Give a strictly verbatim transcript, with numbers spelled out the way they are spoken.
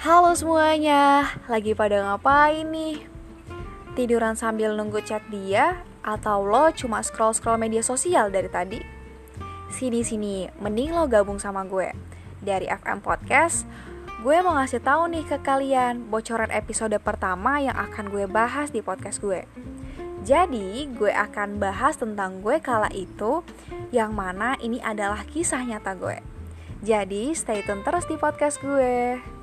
Halo semuanya, lagi pada ngapain nih? Tiduran sambil nunggu chat dia? Atau lo cuma scroll-scroll media sosial dari tadi? Sini-sini, mending lo gabung sama gue. Dari F M Podcast, gue mau ngasih tahu nih ke kalian bocoran episode pertama yang akan gue bahas di podcast gue. Jadi, gue akan bahas tentang gue kala itu, yang mana ini adalah kisah nyata gue. Jadi, stay tune terus di podcast gue.